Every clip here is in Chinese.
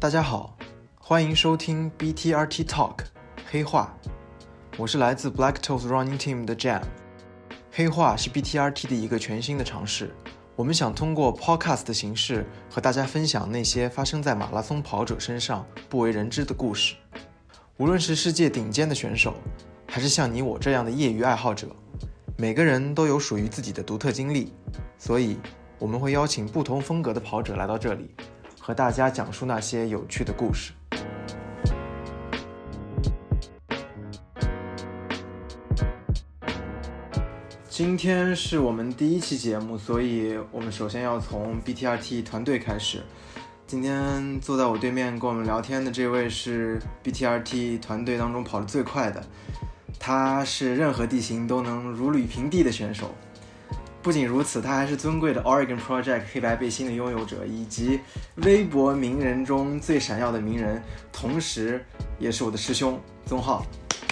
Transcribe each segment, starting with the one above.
大家好，欢迎收听 BTRT Talk 黑话，我是来自 Black Toes Running Team 的 Jam。 黑话是 BTRT 的一个全新的尝试，我们想通过 podcast 的形式和大家分享那些发生在马拉松跑者身上不为人知的故事。无论是世界顶尖的选手，还是像你我这样的业余爱好者，每个人都有属于自己的独特经历，所以我们会邀请不同风格的跑者来到这里，和大家讲述那些有趣的故事。今天是我们第一期节目，所以我们首先要从 BTRT 团队开始。今天坐在我对面跟我们聊天的这位是 BTRT 团队当中跑得最快的，他是任何地形都能如履平地的选手。不仅如此，他还是尊贵的 Oregon Project 黑白背心的拥有者，以及微博名人中最闪耀的名人，同时也是我的师兄宗浩。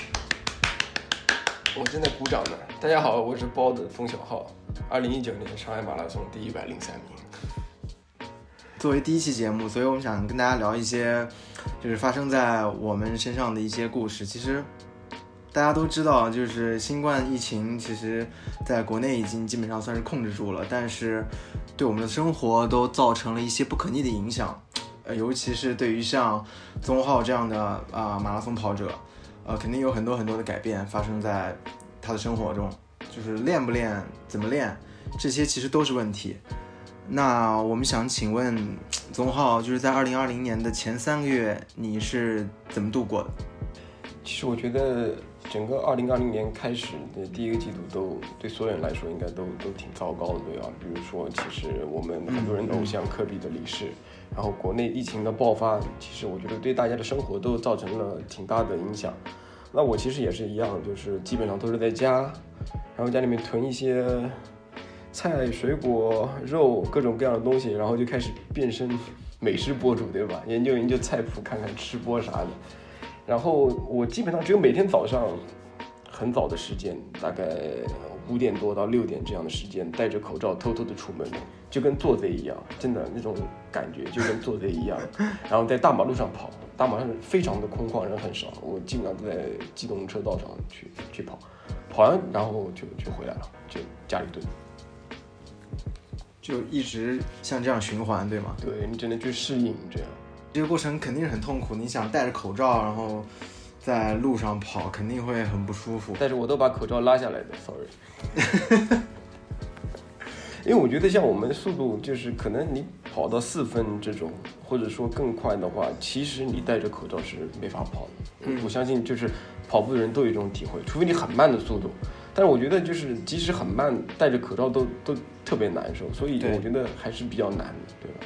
我正在鼓掌呢。大家好，我是包的冯小浩，2019年上海马拉松第103名。 作为第一期节目，所以我们想跟大家聊一些就是发生在我们身上的一些故事。其实大家都知道，就是新冠疫情其实在国内已经基本上算是控制住了，但是对我们的生活都造成了一些不可逆的影响。尤其是对于像宗浩这样的马拉松跑者，肯定有很多的改变发生在他的生活中，就是练不练，怎么练，这些其实都是问题。那我们想请问宗浩，就是在2020年的前3个月，你是怎么度过的？ 其实我觉得整个2020年开始的第一个季度都对所有人来说应该都挺糟糕的，对吧？比如说，其实我们很多人偶像科比的离世，然后国内疫情的爆发，其实我觉得对大家的生活都造成了挺大的影响。那我其实也是一样，就是基本上都是在家，然后家里面囤一些菜、水果、肉，各种各样的东西，然后就开始变身美食博主，对吧？研究菜谱，看看吃播啥的。然后我基本上只有每天早上很早的时间，大概5点多到6点这样的时间，戴着口罩偷偷的出门，就跟做贼一样，真的那种感觉就跟做贼一样。然后在大马路上跑，大马路上非常的空旷，人很少，我基本上都在机动车道上去跑，跑完然后就回来了，就家里蹲， 就一直像这样循环，对吗？ 对，你只能去适应这样。 这个过程肯定是很痛苦，你想戴着口罩然后在路上跑，肯定会很不舒服。 但是我都把口罩拉下来的 ，sorry。因为我觉得像我们的速度，就是可能你跑到4分这种，或者说更快的话，其实你戴着口罩是没法跑的。我相信就是跑步的人都有这种体会，除非你很慢的速度。但是我觉得就是即使很慢，戴着口罩都特别难受，所以我觉得还是比较难的，对吧？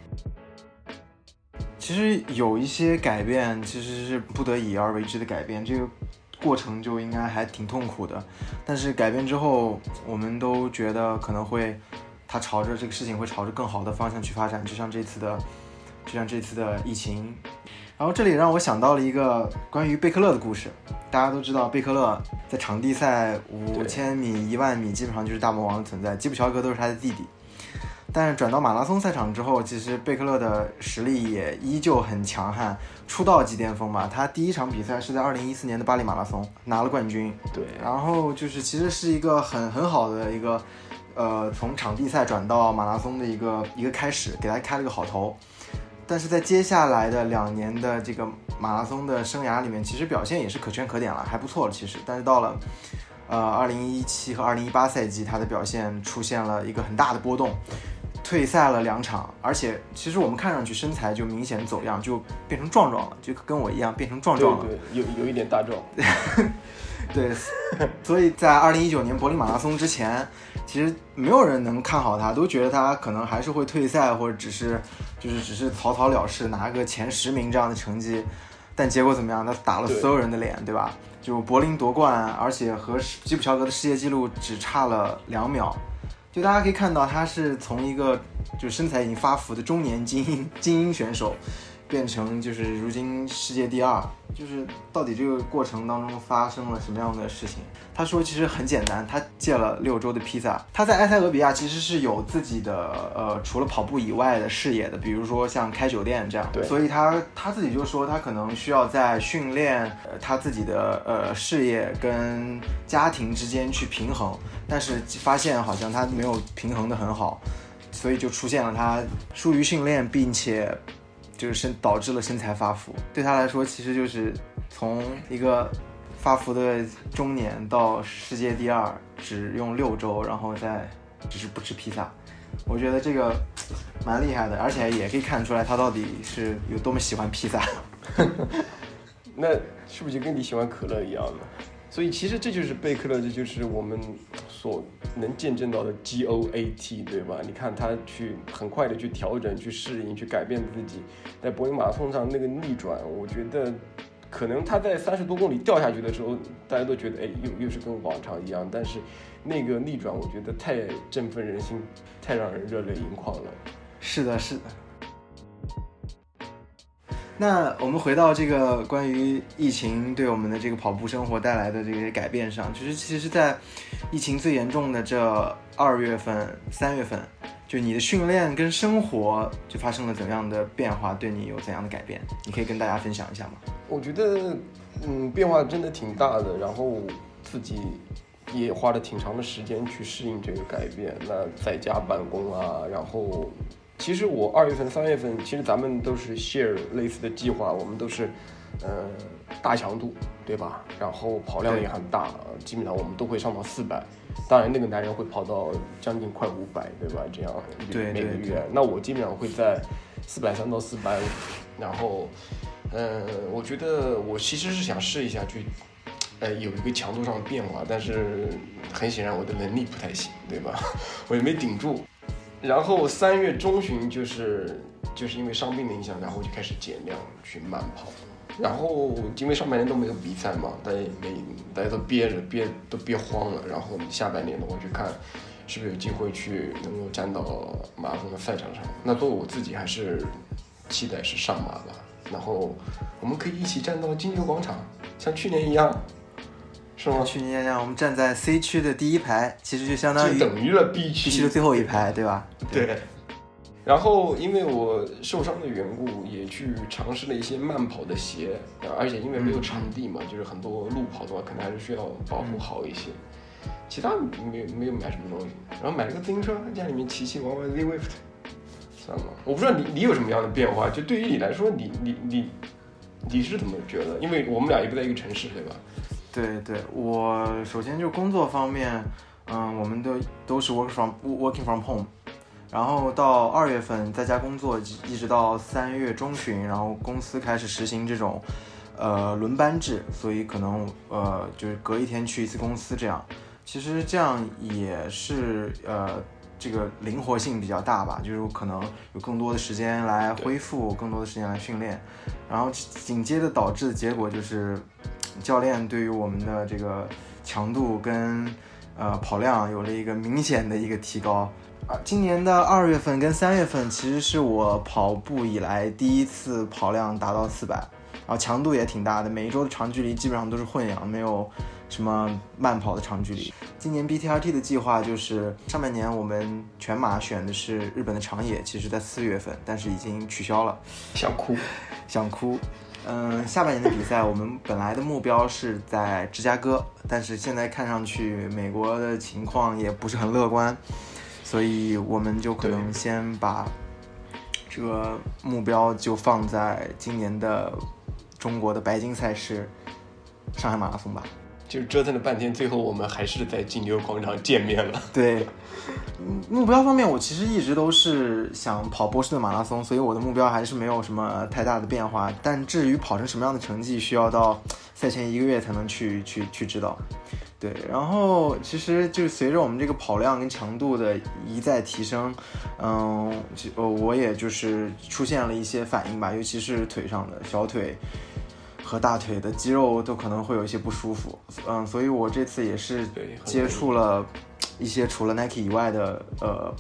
其实有一些改变其实是不得已而为之的改变，这个过程就应该还挺痛苦的，但是改变之后我们都觉得可能会它朝着这个事情会朝着更好的方向去发展，就像这次的疫情。然后这里让我想到了一个关于贝克勒的故事。大家都知道贝克勒在场地赛5000米、10000米基本上就是大魔王的存在，基普乔格都是他的弟弟。但是转到马拉松赛场之后，其实贝克勒的实力也依旧很强悍，出道即巅峰嘛。他第一场比赛是在2014年的巴黎马拉松拿了冠军， 对。 然后就是其实是一个很好的一个从场地赛转到马拉松的一个开始，给他开了个好头。但是在接下来的2年的这个马拉松的生涯里面，其实表现也是可圈可点了，还不错了其实。但是到了2017和2018赛季，他的表现出现了一个很大的波动，退赛了2场，而且其实我们看上去身材就明显走样，就变成壮壮了，就跟我一样变成壮壮了。 对，有一点大壮。 对，所以在2019年柏林马拉松之前，其实没有人能看好他，都觉得他可能还是会退赛，或者只是草草了事，拿个前10名这样的成绩。但结果怎么样？他打了所有人的脸， 对吧？就柏林夺冠，而且和基普乔格的世界纪录只差了2秒。就大家可以看到，他是从一个就身材已经发福的中年精英选手， 变成就是如今世界第2，就是到底这个过程当中发生了什么样的事情？他说其实很简单，他戒了6周的披萨。他在埃塞俄比亚其实是有自己的除了跑步以外的事业的，比如说像开酒店这样。 对， 所以他自己就说他可能需要在训练他自己的事业跟家庭之间去平衡，但是发现好像他没有平衡得很好，所以就出现了他疏于训练，并且就是导致了身材发福。对他来说，其实就是从一个发福的中年到世界第2，只用6周，然后再只是不吃披萨。我觉得这个蛮厉害的，而且也可以看出来他到底是有多么喜欢披萨。 那是不是就跟你喜欢可乐一样呢？所以其实这就是贝克勒，这就是我们所能见证到的 GOAT， 对吧？你看他去很快的去调整、去适应、去改变自己，在柏林马拉松上那个逆转，我觉得可能他在30多公里掉下去的时候，大家都觉得又是跟往常一样，但是那个逆转，我觉得太振奋人心，太让人热泪盈眶了。 是的，是的。那我们回到这个关于疫情对我们的这个跑步生活带来的这个改变上，就是其实在疫情最严重的这2月份、3月份，就你的训练跟生活就发生了怎样的变化，对你有怎样的改变？你可以跟大家分享一下吗？ 我觉得，变化真的挺大的，然后自己也花了挺长的时间去适应这个改变。那在家办公啊，然后其实我2月份、3月份，其实咱们都是 share 类似的计划，我们都是大强度，对吧？然后跑量也很大，基本上我们都会上到400。当然，那个男人会跑到将近快500，对吧？这样每个月。那我基本上会在430到450，然后，我觉得我其实是想试一下去，有一个强度上的变化，但是很显然我的能力不太行，对吧？我也没顶住。然后3月中旬就是因为伤病的影响，然后就开始减量去慢跑。然后因为上半年都没有比赛嘛，大家都憋慌了。然后下半年的话去看，是不是有机会去能够站到马拉松的赛场上。那作为我自己还是期待是上马吧。然后我们可以一起站到金牛广场，像去年一样，是吗？ 去年让我们站在 C 区的第1排，其实就相当于就等于了 B 区的最后1排，对吧？ 对。然后因为我受伤的缘故，也去尝试了一些慢跑的鞋，而且因为没有场地嘛，就是很多路跑的话，可能还是需要保护好一些。其他没有买什么东西，然后买了个自行车，家里面骑玩玩 Zwift， 算了。我不知道你有什么样的变化，就对于你来说，你是怎么觉得？因为我们俩也不在一个城市，对吧？ 对，我首先就工作方面，我们都是 working from home。然后到2月份在家工作，一直到3月中旬，然后公司开始实行这种轮班制，所以可能就是隔一天去一次公司这样。其实这样也是这个灵活性比较大吧，就是可能有更多的时间来恢复，更多的时间来训练。然后紧接着导致的结果就是教练对于我们的这个强度跟跑量有了一个明显的一个提高。今年的2月份跟3月份其实是我跑步以来第一次跑量达到400，然后强度也挺大的，每一周的长距离基本上都是混养，没有什么慢跑的长距离。今年 BTRT 的计划就是上半年我们全马选的是日本的长野，其实在4月份，但是已经取消了，想哭。下半年的比赛我们本来的目标是在芝加哥，但是现在看上去美国的情况也不是很乐观，所以我们就可能先把这个目标就放在今年的中国的白金赛事上海马拉松吧。 就折腾了半天，最后我们还是在金牛广场见面了。 对，目标方面我其实一直都是想跑波士顿马拉松，所以我的目标还是没有什么太大的变化，但至于跑成什么样的成绩，需要到赛前1个月才能去知道。对，然后其实就随着我们这个跑量跟强度的一再提升，我也就是出现了一些反应吧，尤其是腿上的小腿和大腿的肌肉都可能会有一些不舒服，所以我这次也是接触了一些除了 Nike 以外的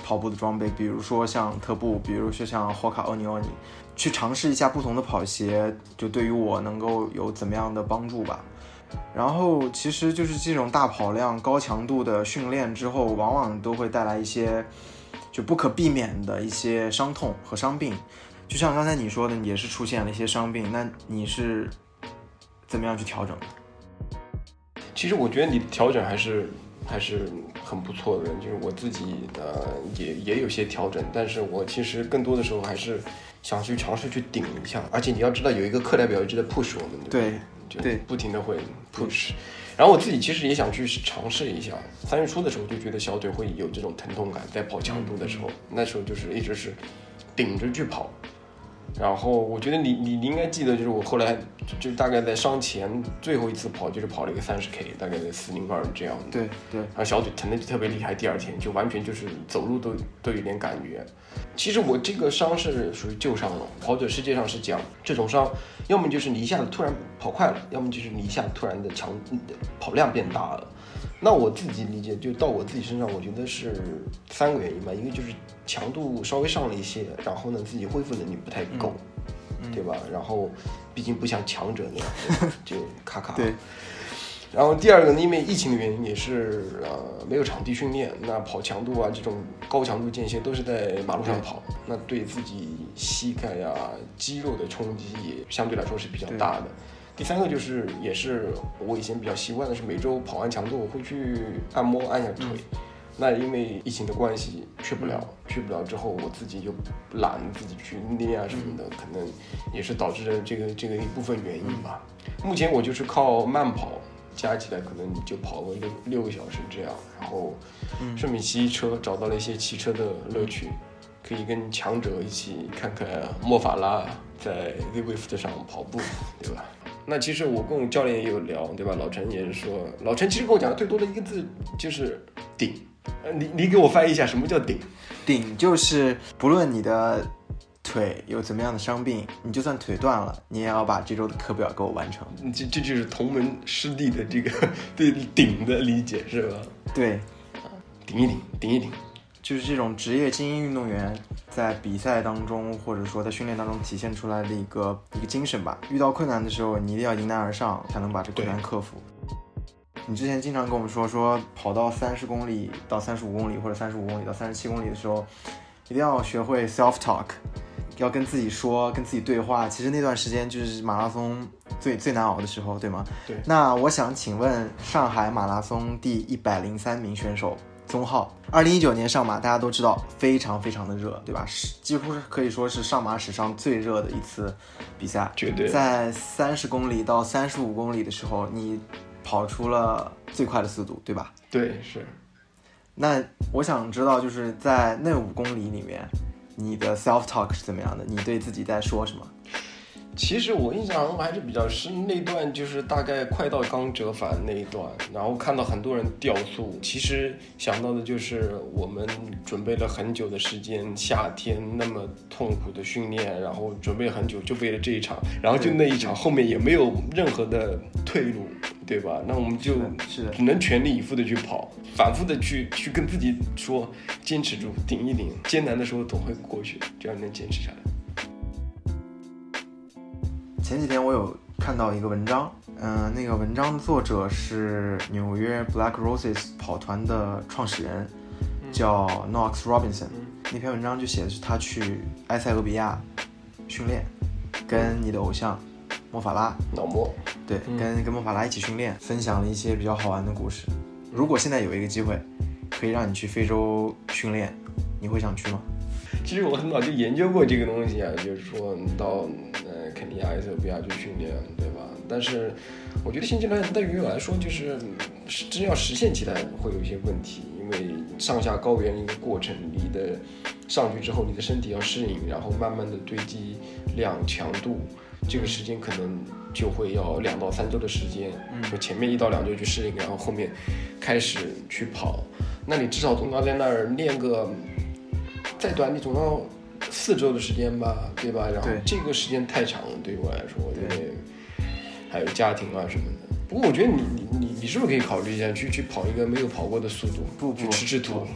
跑步的装备，比如说像特步，比如说像 Hoka Oni， 去尝试一下不同的跑鞋，就对于我能够有怎么样的帮助吧。然后其实就是这种大跑量、高强度的训练之后，往往都会带来一些就不可避免的一些伤痛和伤病。就像刚才你说的，也是出现了一些伤病，那你是怎么样去调整的？ 其实我觉得你的调整还是很不错的，就是我自己也有些调整，但是我其实更多的时候还是想去尝试去顶一下，而且你要知道有一个课代表一直在 push 我们，对，就不停的会 push。然后我自己其实也想去尝试一下，3月初的时候就觉得小腿会有这种疼痛感，在跑强度的时候，那时候就是一直是顶着去跑。然后我觉得你应该记得，就是我后来就大概在伤前最后一次跑，就是跑了一个30K， 大概在402这样的。 对。 然后小腿疼的就特别厉害，第二天就完全就是走路都有点感觉。其实我这个伤是属于旧伤了，跑者世界上是讲这种伤，要么就是你一下子突然跑快了，要么就是你一下子突然的跑量变大了。那我自己理解，就到我自己身上，我觉得是3个原因吧。一个就是强度稍微上了一些，然后呢自己恢复能力不太够，对吧？然后毕竟不像强者那样就咔咔。 对。 然后第二个呢，因为疫情的原因，也是没有场地训练，那跑强度啊这种高强度间歇都是在马路上跑，那对自己膝盖呀、肌肉的冲击也相对来说是比较大的。第三个就是也是我以前比较习惯的是每周跑完强度我会去按摩按下腿，那因为疫情的关系去不了之后，我自己就懒自己去练啊什么的，可能也是导致了这个一部分原因吧。目前我就是靠慢跑，加起来可能就跑个6个小时这样，然后顺便骑车，找到了一些骑车的乐趣，可以跟强者一起看看莫法拉在 Zwift 上跑步，对吧？那其实我跟我教练也有聊，对吧？老陈也是说，老陈其实跟我讲的最多的一个字就是顶。你给我翻译一下什么叫顶？ 顶就是不论你的腿有怎么样的伤病，你就算腿断了，你也要把这周的课表给我完成。 这就是同门师弟的这个对顶的理解，是吧？ 对， 顶一顶， 就是这种职业精英运动员在比赛当中或者说在训练当中体现出来的一个精神吧。遇到困难的时候，你一定要迎难而上，才能把这困难克服。你之前经常跟我们说跑到30公里到35公里或者35公里到37公里的时候，一定要学会 self talk， 要跟自己说，跟自己对话。其实那段时间就是马拉松最难熬的时候，对吗？ 对。 那我想请问上海马拉松第103名选手宗浩，2019年上马大家都知道非常非常的热，对吧？几乎是可以说是上马史上最热的一次比赛， 绝对。 在30公里到35公里的时候，你跑出了最快的速度，对吧？ 对，是。 那我想知道，就是在那5公里里面，你的 self talk 是怎么样的？你对自己在说什么？ 其实我印象还是比较深，那段就是大概快到刚折返那一段，然后看到很多人掉速，其实想到的就是我们准备了很久的时间，夏天那么痛苦的训练，然后准备很久就为了这一场，然后就那一场后面也没有任何的退路，对吧？那我们就只能全力以赴的去跑，反复的去跟自己说，坚持住，顶一顶，艰难的时候总会过去，这样能坚持下来。 前几天我有看到一个文章，那个文章的作者是纽约 Black Roses 跑团的创始人，叫 Knox Robinson。那篇文章就写的是他去埃塞俄比亚训练，跟你的偶像莫法拉， 老莫， 对，跟莫法拉一起训练，分享了一些比较好玩的故事。如果现在有一个机会，可以让你去非洲训练，你会想去吗？ 其实我很早就研究过这个东西啊，就是说到肯尼亚、埃塞俄比亚去训练，对吧？但是我觉得现阶段对于我来说，就是真要实现起来会有一些问题，因为上下高原一个过程，你的上去之后，你的身体要适应，然后慢慢的堆积量、强度，这个时间可能就会要2到3周的时间。就前面1到2周去适应，然后后面开始去跑。那你至少总要在那儿练个再短，你总要4周的时间吧，对吧？然后这个时间太长了，对于我来说，因为还有家庭啊什么的。不过我觉得你是不是可以考虑一下去跑一个没有跑过的速度， 不去吃土？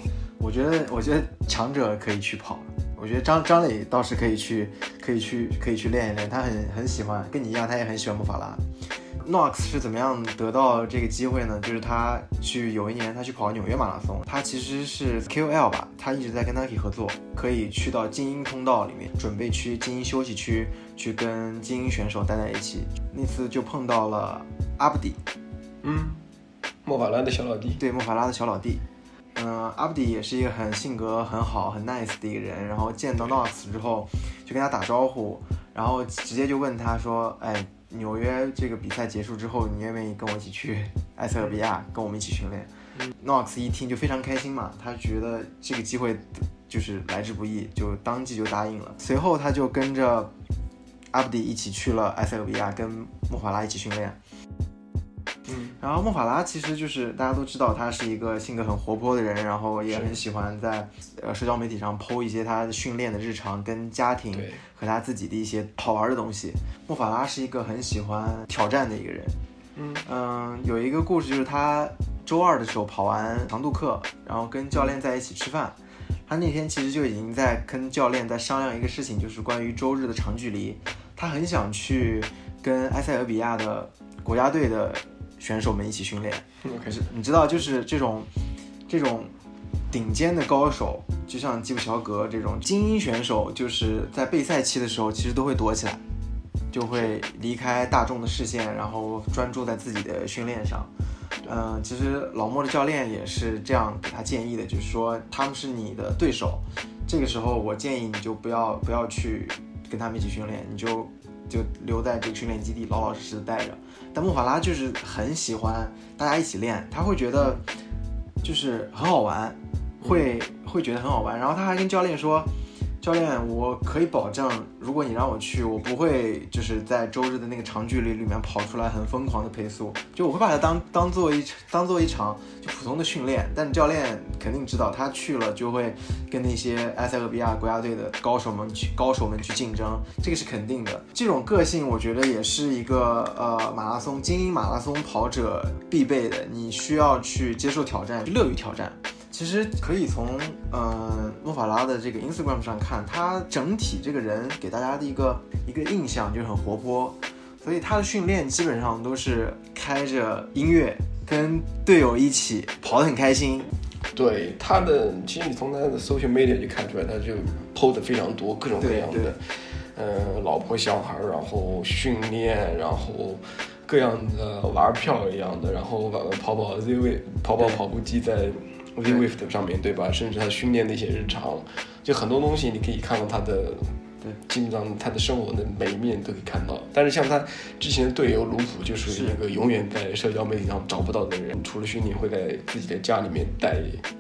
我觉得强者可以去跑，我觉得张磊倒是可以去练一练，他很喜欢，跟你一样，他也很喜欢莫法拉。Nox 是怎么样得到这个机会呢？就是有一年他去跑纽约马拉松，他其实是 KOL 吧，他一直在跟 Nike 合作，可以去到精英通道里面，准备去精英休息区去跟精英选手待在一起。那次就碰到了阿布迪， 莫法拉的小老弟， 对，莫法拉的小老弟。阿布迪也是一个性格很好、很 nice 的一个人，然后见到 Nox 之后就跟他打招呼，然后直接就问他说：“哎，纽约这个比赛结束之后，你愿不愿意跟我一起去埃塞俄比亚跟我们一起训练？”Nox 一听就非常开心嘛，他觉得这个机会就是来之不易，就当即就答应了。随后他就跟着阿布迪一起去了埃塞俄比亚，跟莫法拉一起训练。然后莫法拉其实就是大家都知道他是一个性格很活泼的人，然后也很喜欢在社交媒体上 po 一些他的训练的日常跟家庭和他自己的一些好玩的东西。莫法拉是一个很喜欢挑战的一个人。有一个故事就是他周二的时候跑完长度课，然后跟教练在一起吃饭。他那天其实就已经在跟教练在商量一个事情，就是关于周日的长距离。他很想去跟埃塞俄比亚的国家队的选手们一起训练。可是你知道，就是这种顶尖的高手，就像基普乔格这种精英选手，就是在备赛期的时候其实都会躲起来，就会离开大众的视线，然后专注在自己的训练上。其实老莫的教练也是这样给他建议的，就是说他们是你的对手，这个时候我建议你就不要去跟他们一起训练，你就留在这个训练基地老老实实的待着。但莫法拉就是很喜欢大家一起练，他会觉得就是很好玩，会觉得很好玩。然后他还跟教练说，教练，我可以保证，如果你让我去，我不会就是在周日的那个长距离里面跑出来很疯狂的配速，就我会把它当做一场就普通的训练。但教练肯定知道，他去了就会跟那些埃塞俄比亚国家队的高手们去竞争，这个是肯定的。这种个性我觉得也是一个精英马拉松跑者必备的，你需要去接受挑战，乐于挑战。其实可以从莫法拉的这个 Instagram 上看，他整体这个人给大家的一个印象就是很活泼，所以他的训练基本上都是开着音乐跟队友一起跑得很开心。 对他的，其实你从他的 social media 就看出来，他就 po 的非常多，各种各样的，老婆小孩，然后训练，然后各样的玩票一样的，然后跑步机在Zwift 上面，对吧？甚至他训练的一些日常，就很多东西你可以看到他的，基本上他的生活的每一面都可以看到。但是像他之前的队友卢普，就是一个永远在社交媒体上找不到的人，除了训练会在自己的家里面待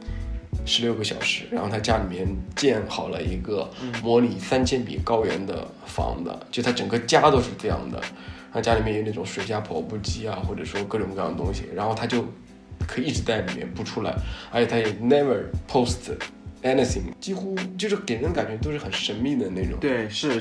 16个小时，然后他家里面建好了一个模拟3000米高原的房子，就他整个家都是这样的。他家里面有那种水下跑步机啊，或者说各种各样的东西，然后他就可以一直在里面不出来，而且他也 never post anything， 几乎就是给人感觉都是很神秘的那种。 对，是，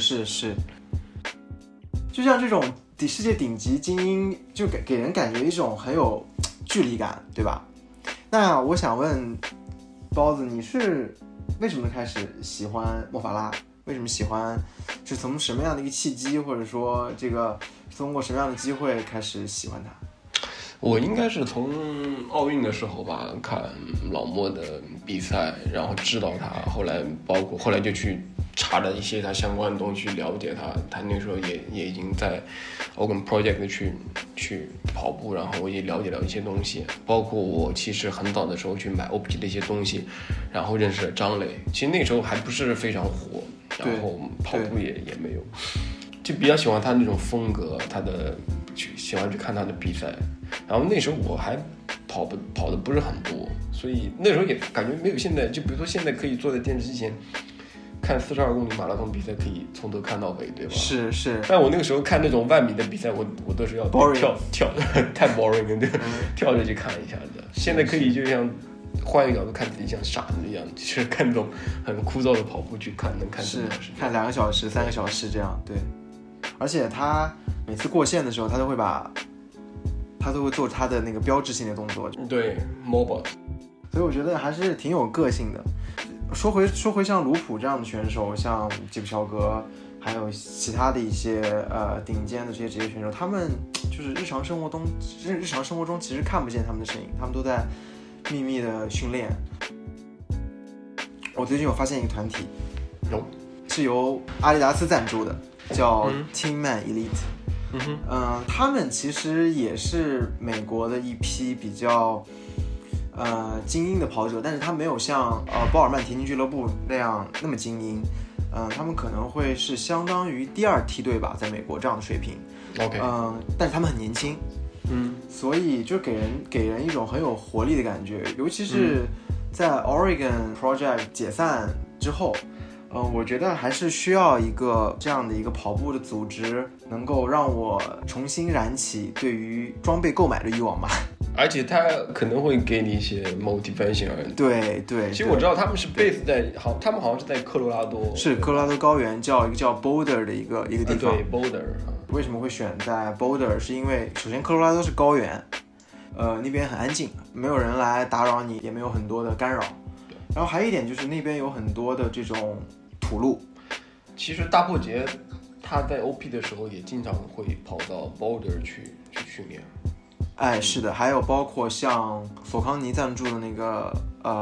就像这种世界顶级精英，就给人感觉一种很有距离感，对吧？那我想问包子，你是为什么开始喜欢莫法拉？为什么喜欢？是从什么样的一个契机，或者说这个通过什么样的机会开始喜欢他？ 我应该是从奥运的时候吧，看老莫的比赛，然后知道他，后来就去查了一些他相关的东西，去了解他。他那时候也已经在 Open Project 去跑步，然后我也了解了一些东西，包括我其实很早的时候去买 OPT 的一些东西，然后认识了张磊。其实那时候还不是非常火，然后跑步也没有，就比较喜欢他那种风格，喜欢去看他的比赛。然后那时候我还跑的不是很多，所以那时候也感觉没有现在，就比如说现在可以坐在电视机前看42公里马拉松比赛，可以从头看到尾，对吧？ 是。 但我那个时候看那种10000米的比赛，我都是要跳太 boring 了，跳着去看一下的。现在可以就像换一个角度看自己像傻子一样，就是看那种很枯燥的跑步去看，能看是看2个小时、3个小时这样。对，而且他每次过线的时候，他都会做他的那个标志性的动作。 对 ，Mobot。 所以我觉得还是挺有个性的。说回像卢普这样的选手，像吉普乔格，还有其他的一些顶尖的这些职业选手，他们就是日常生活中其实看不见他们的身影，他们都在秘密的训练。我最近有发现一个团体，是由阿迪达斯赞助的，叫 Teamman Elite。他们其实也是美国的一批比较精英的跑者，但是他没有像鲍尔曼田径俱乐部那么精英。他们可能会是相当于第2梯队吧，在美国这样的水平。 OK。 但是他们很年轻。所以就给人一种很有活力的感觉，尤其是在 Oregon Project 解散之后。我觉得还是需要一个这样的一个跑步的组织，能够让我重新燃起对于装备购买的欲望吧。 而且他可能会给你一些 motivation。 对。 其实我知道他们是 base 在他们好像是在科罗拉多， 是科罗拉多高原一个叫 Boulder 的一个地方。 对 Boulder。 为什么会选在 Boulder？ 是因为首先科罗拉多是高原，那边很安静，没有人来打扰你，也没有很多的干扰。然后还有一点就是那边有很多的这种土路。 其实大破节他在 OP 的时候也经常会跑到 Boulder 去训练。 是的，还有包括像索康尼赞助的那个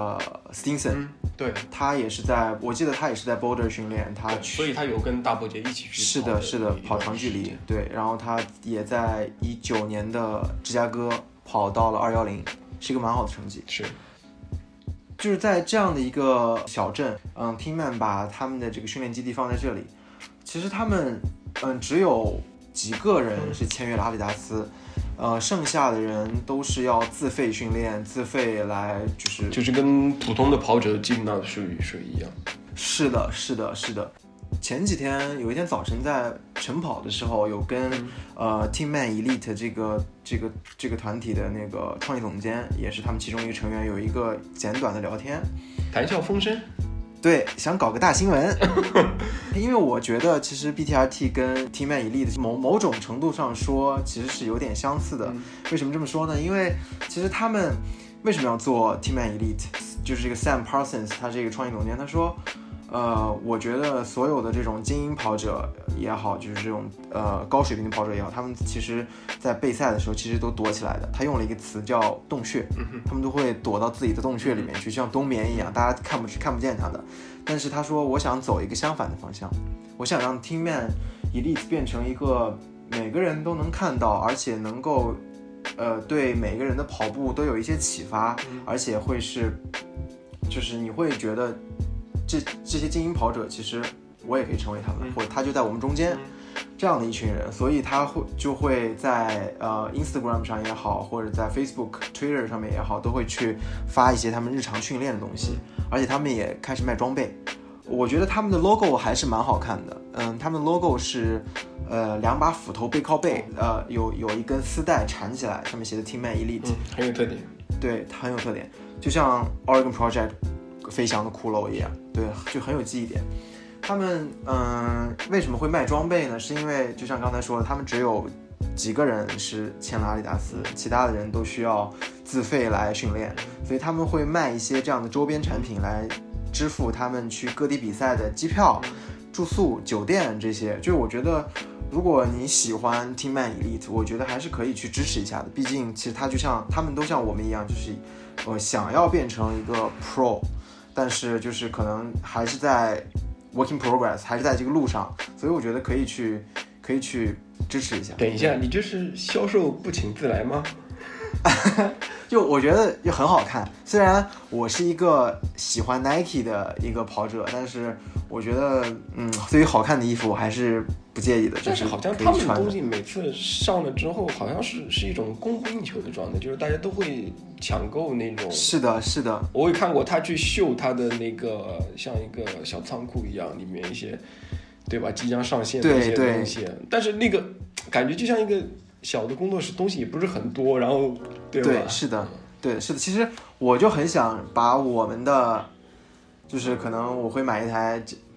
Stinson， 对， 他也是我记得他也是在 Boulder 训练， 所以他有跟大破节一起去。 是的，跑长距离。对，然后他也在19年的芝加哥跑到了210，是一个蛮好的成绩。 是。 就是在这样的一个小镇，Teamman 把他们的这个训练基地放在这里。其实他们只有几个人是签约了阿迪达斯，剩下的人都是要自费训练，自费来就是跟普通的跑者基本上是一样。 是的。前几天有一天早晨在晨跑的时候，有跟Teamman Elite 这个团体的那个创意总监，也是他们其中一个成员，有一个简短的聊天， 谈笑风生。 对，想搞个大新闻。因为我觉得其实 BTRT 跟 Teamman Elite 某种程度上说其实是有点相似的。为什么这么说呢？因为其实他们为什么要做 Teamman Elite， 就是这个 Sam Parsons 他这个创意总监他说，我觉得所有的这种精英跑者也好，就是这种高水平的跑者也好，他们其实在备赛的时候其实都躲起来的。他用了一个词叫洞穴，他们都会躲到自己的洞穴里面去，像冬眠一样，大家看不见他的。但是他说，我想走一个相反的方向，我想让 Teamman Elite 变成一个每个人都能看到，而且能够对每个人的跑步都有一些启发，而且会是就是你会觉得这些精英跑者其实我也可以成为他们，或者他就在我们中间，这样的一群人。所以他就会在Instagram 上也好，或者在 Facebook、Twitter 上面也好，都会去发一些他们日常训练的东西，而且他们也开始卖装备。我觉得他们的 logo 还是蛮好看的。他们的 logo 是2把斧头背靠背，有一根丝带缠起来，上面写的 Teamman Elite， 很有特点。 对，很有特点，就像 Oregon Project 飞翔的骷髅一样，对，就很有记忆点。他们为什么会卖装备呢？是因为就像刚才说的，他们只有几个人是签了阿迪达斯，其他的人都需要自费来训练，所以他们会卖一些这样的周边产品来支付他们去各地比赛的机票、住宿、酒店这些。就是我觉得如果你喜欢 Teamman Elite， 我觉得还是可以去支持一下的。毕竟其实他们都像我们一样，就是想要变成一个 Pro， 但是就是可能还是在 Working Progress， 还是在这个路上，所以我觉得可以去支持一下。 等一下，你这是销售不请自来吗？ 就我觉得就很好看，虽然我是一个喜欢 Nike 的一个跑者，但是我觉得对于好看的衣服我还是不介意的。 但是好像他们的东西每次上了之后，好像是一种供不应求的状态，就是大家都会抢购那种。 是的，是的， 我也看过他去秀他的那个像一个小仓库一样，里面一些对吧即将上线的一些东西，但是那个感觉就像一个小的工作室，东西也不是很多，然后对吧？ 对，是的，对，是的。其实我就很想把我们的，就是可能我会买一台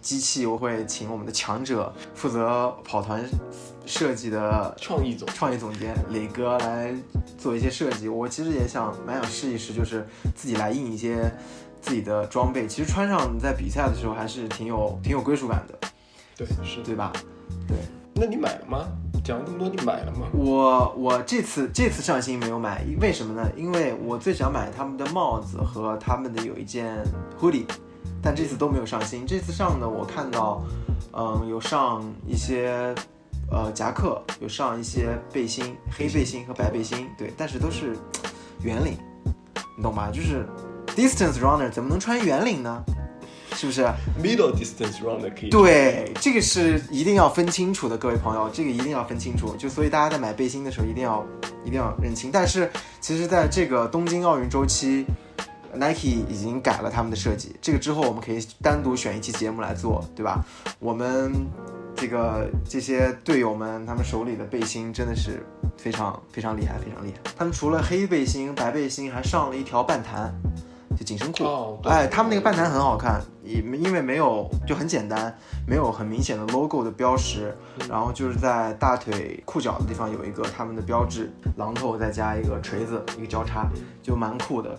机器，我会请我们的强者负责跑团设计的创意总监磊哥来做一些设计。我其实蛮想试一试，就是自己来印一些自己的装备，其实穿上在比赛的时候还是挺有归属感的。 对，是， 对吧？对。 那你买了吗？讲了这么多，你买了吗？ 我这次上新没有买，为什么呢？因为我最想买他们的帽子和他们的有一件 hoodie， 但这次都没有上新。这次上的我看到，有上一些夹克，有上一些背心，黑背心和白背心，对，但是都是圆领，你懂吧？就是 distance runner 怎么能穿圆领呢？是不是 middle distance runner 可以？ 对，这个是一定要分清楚的，各位朋友，这个一定要分清楚。就所以大家在买背心的时候一定要认清。但是其实在这个东京奥运周期 ，Nike 已经改了他们的设计，这个之后我们可以单独选一期节目来做，对吧？我们这些队友们，他们手里的背心真的是非常非常厉害，非常厉害。他们除了黑背心、白背心，还上了一条半弹。就紧身裤，他们那个半弹很好看，因为没有就很简单，没有很明显的 logo 的标识，然后就是在大腿裤脚的地方有一个他们的标志，榔头再加一个锤子，一个交叉，就蛮酷的。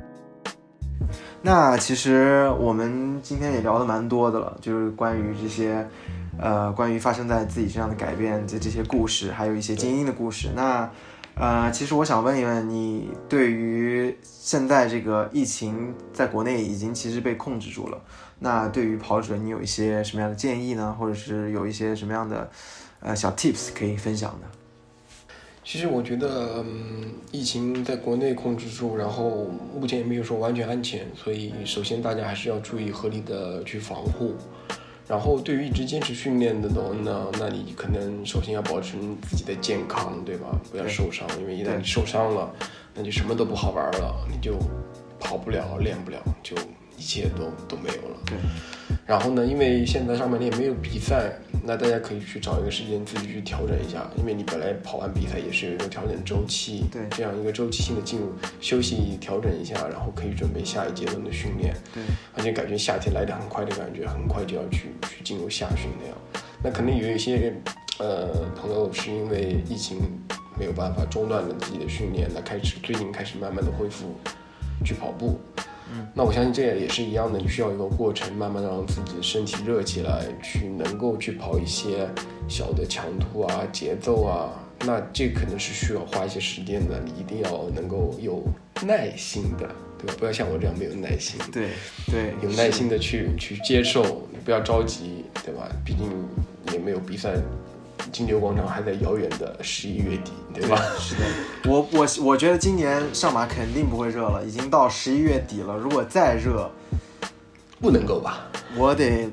那其实我们今天也聊得蛮多的了，就是关于这些，关于发生在自己身上的改变的这些故事，还有一些精英的故事。那其实我想问一问你，对于现在这个疫情在国内已经其实被控制住了，那对于跑者你有一些什么样的建议呢？或者是有一些什么样的小 tips 可以分享的？ 其实我觉得，疫情在国内控制住，然后目前也没有说完全安全，所以首先大家还是要注意合理的去防护。然后对于一直坚持训练的人呢，那你可能首先要保持自己的健康，对吧？不要受伤，因为一旦你受伤了，那就什么都不好玩了，你就跑不了，练不了，就一切都没有了。 对。 然后呢，因为现在上半年也没有比赛，那大家可以去找一个时间自己去调整一下，因为你本来跑完比赛也是有一个调整周期， 对， 这样一个周期性的进入休息调整一下，然后可以准备下一阶段的训练。 对， 而且感觉夏天来得很快的感觉，很快就要去进入夏训那样。那肯定有一些朋友是因为疫情没有办法中断了自己的训练，那最近开始慢慢的恢复去跑步。那我相信这也是一样的，你需要一个过程，慢慢的让自己的身体热起来，去能够去跑一些小的强度啊、节奏啊。那这可能是需要花一些时间的，你一定要能够有耐心的，对吧？不要像我这样没有耐心。 对， 有耐心的去接受，不要着急，对吧？毕竟也没有比赛。金牛广场还在遥远的11月底，对吧？ 对，是的，我觉得今年上马肯定不会热了，已经到11月底了。如果再热， 不能够吧？ 我得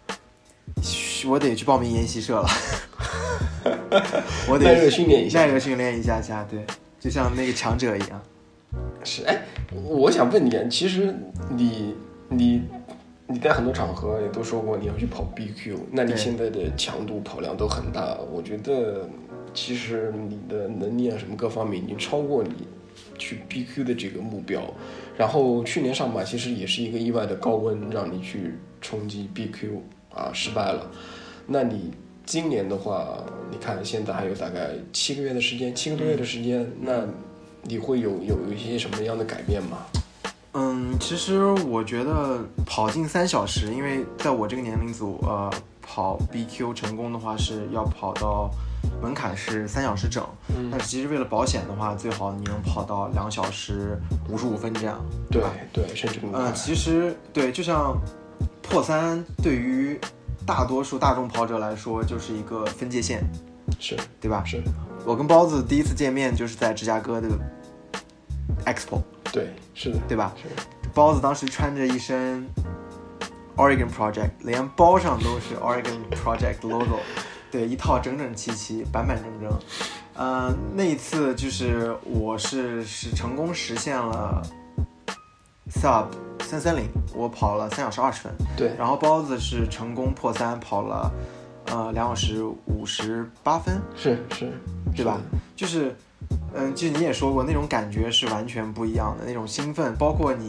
去报名研习社了。我得耐热训练一下，对，就像那个强者一样。 是，我想问你，其实你在很多场合也都说过你要去跑 BQ， 那你现在的强度跑量都很大，我觉得其实你的能力啊什么各方面已经超过你去 BQ 的这个目标。然后去年上马其实也是一个意外的高温，让你去冲击 BQ 失败了。那你今年的话，你看现在还有大概7个多月的时间，那你会有一些什么样的改变吗？ 其实我觉得跑进3小时，因为在我这个年龄组，跑 BQ 成功的话是要跑到门槛是3小时整，但是其实为了保险的话，最好你能跑到2小时55分这样，对吧？ 对，甚至更快。 其实对，就像破3对于大多数大众跑者来说就是一个分界线， 是对吧？ 是。 我跟包子第一次见面就是在芝加哥的 Expo。 对，是的， 对吧？ 是。 包子当时穿着一身 Oregon Project， 连包上都是 Oregon Project logo， 对，一套整整齐齐、板板正正。那一次就是我是成功实现了 Sub 330，我跑了3小时20分。 对。 然后包子是成功破3，跑了2小时58分。 是， 对吧？就是。其实你也说过，那种感觉是完全不一样的，那种兴奋，包括你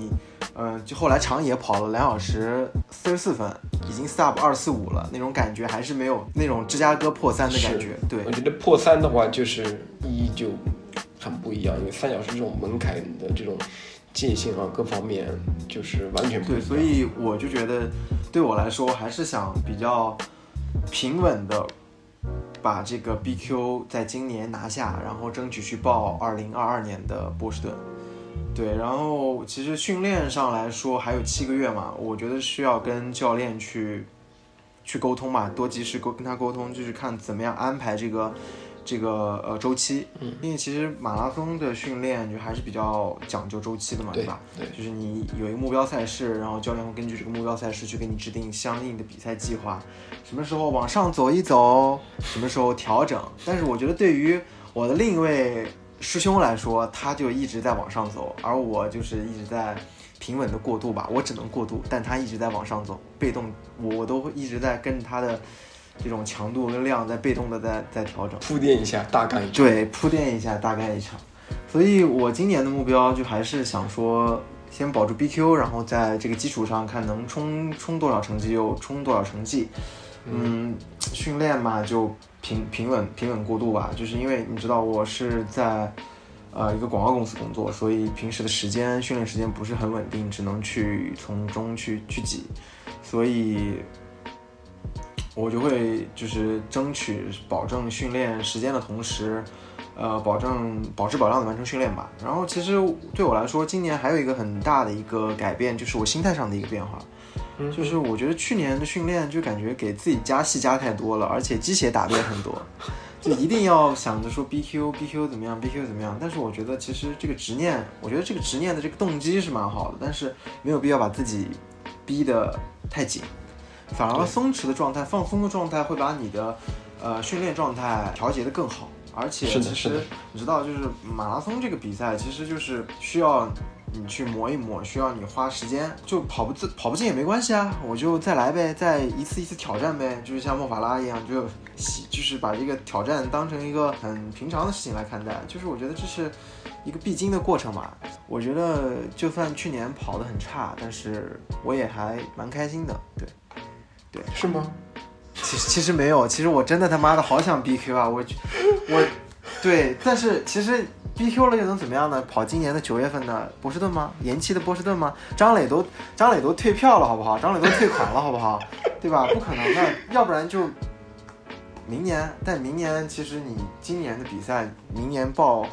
就后来长野跑了2小时44分，已经 sub 245了，那种感觉还是没有那种芝加哥破3的感觉。对， 我觉得破3的话，就是意义就很不一样，因为3小时这种门槛的这种界限啊，各方面就是完全不一样。 对，所以我就觉得，对我来说，还是想比较平稳的把这个 BQ 在今年拿下，然后争取去报2022年的波士顿。对，然后其实训练上来说还有7个月嘛，我觉得需要跟教练去沟通嘛，多及时跟他沟通，就是看怎么样安排这个周期。因为其实马拉松的训练就还是比较讲究周期的嘛，对吧？ 对， 就是你有一个目标赛事，然后教练会根据这个目标赛事去给你制定相应的比赛计划，什么时候往上走一走，什么时候调整。但是我觉得对于我的另一位师兄来说，他就一直在往上走，而我就是一直在平稳的过渡吧，我只能过渡，但他一直在往上走，被动我都一直在跟着他的这种强度跟量在被动的在调整， 铺垫一下大概一场。 对，铺垫一下大概一场。所以我今年的目标就还是想说先保住 BQ， 然后在这个基础上看能冲多少成绩又冲多少成绩。训练嘛就平稳过渡吧，就是因为你知道我是在一个广告公司工作，所以平时的训练时间不是很稳定，只能去从中去挤，所以我就会就是争取保证训练时间的同时，保质保量的完成训练吧。然后其实对我来说，今年还有一个很大的一个改变，就是我心态上的一个变化。就是我觉得去年的训练就感觉给自己加戏加太多了，而且鸡血打得也很多，就一定要想着说 BQ 怎么样 BQ 怎么样。但是我觉得其实这个执念，我觉得这个执念的这个动机是蛮好的，但是没有必要把自己逼得太紧，反而松弛的状态、放松的状态会把你的训练状态调节得更好。而且其实你知道，就是马拉松这个比赛其实就是需要你去磨一磨，需要你花时间，就跑不进也没关系啊，我就再来呗，再一次一次挑战呗，就是像莫法拉一样，就是把这个挑战当成一个很平常的事情来看待，就是我觉得这是一个必经的过程嘛。我觉得就算去年跑得很差，但是我也还蛮开心的。对， 是吗？ 其实没有，其实我真的他妈的好想 BQ 啊，我对，但是其实 BQ 了又能怎么样呢？跑今年的9月份的波士顿吗？延期的波士顿吗？张磊都退票了好不好？张磊都退款了好不好？对吧？不可能的，要不然就明年。但明年其实你今年的比赛，明年报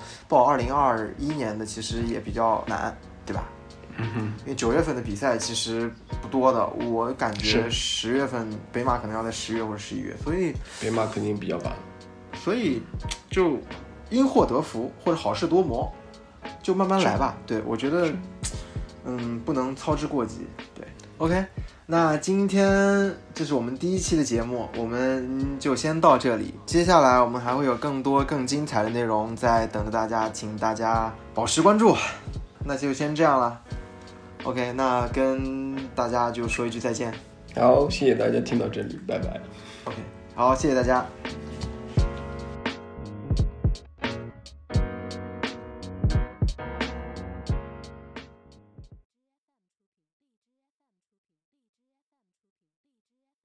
2021年的其实也比较难，对吧？因为9月份的比赛其实不多的，我感觉10月份北马可能要在10月或者11月，所以北马肯定比较晚，所以就因祸得福或者好事多磨，就慢慢来吧。对，我觉得不能操之过急。对 ，OK， 那今天这是我们第1期的节目，我们就先到这里，接下来我们还会有更多更精彩的内容在等着大家，请大家保持关注。那就先这样了。OK， 那跟大家就说一句再见。 好，谢谢大家听到这里，拜拜。 OK， 好，谢谢大家。